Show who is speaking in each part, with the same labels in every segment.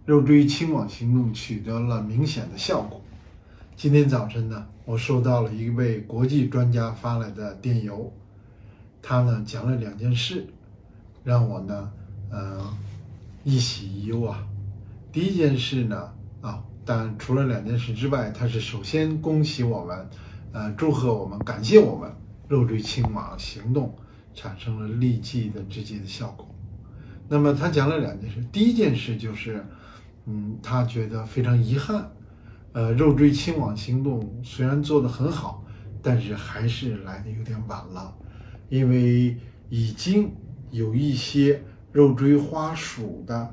Speaker 1: 肉锥清网行动取得了明显的效果。今天早晨呢，我收到了一位国际专家发来的电邮，他呢讲了2件事，让我呢一喜一忧啊。第一件事呢当然除了2件事之外，他是首先恭喜我们，祝贺我们，感谢我们肉锥清网行动产生了立即的直接的效果。那么他讲了2件事，第一件事就是他觉得非常遗憾，肉锥清网行动虽然做得很好，但是还是来得有点晚了，因为已经有一些肉锥花属的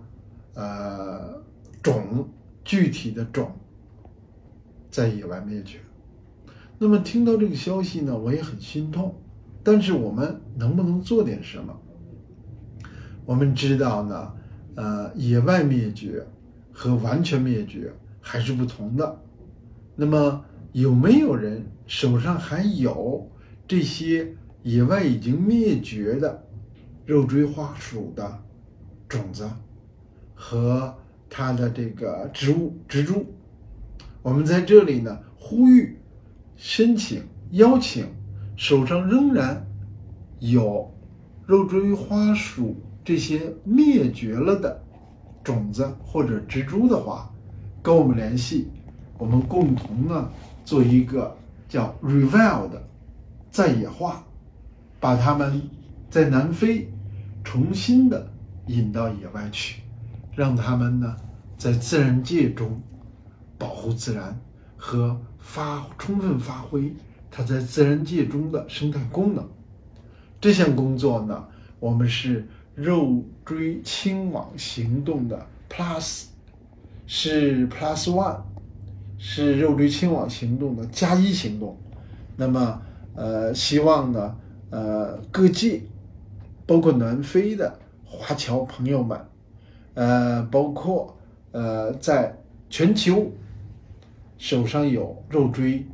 Speaker 1: 具体的种在野外灭绝。那么听到这个消息呢，我也很心痛，但是我们能不能做点什么？我们知道呢，野外灭绝和完全灭绝还是不同的。那么有没有人手上还有这些野外已经灭绝的肉锥花属的种子和它的这个植株？我们在这里呢呼吁、申请、邀请手上仍然有肉锥花属这些灭绝了的种子或者植株的话，跟我们联系，我们共同呢做一个叫 Rewild 在野化，把它们在南非重新的引到野外去，让它们呢在自然界中保护自然和充分发挥它在自然界中的生态功能。这项工作呢，我们是肉锥清网行动的 Plus， 是 Plus One， 是肉锥清网行动的+1行动。那么希望呢各界包括南非的华侨朋友们，包括在全球手上有肉锥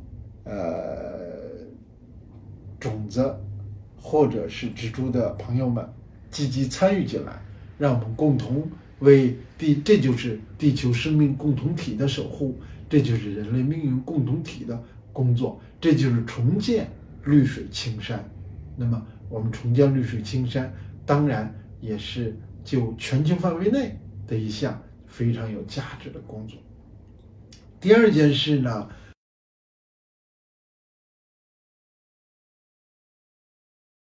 Speaker 1: 种子或者是植株的朋友们积极参与进来，让我们共同为这就是地球生命共同体的守护，这就是人类命运共同体的工作，这就是重建绿水青山。那么我们重建绿水青山，当然也是就全球范围内的一项非常有价值的工作。第二件事呢，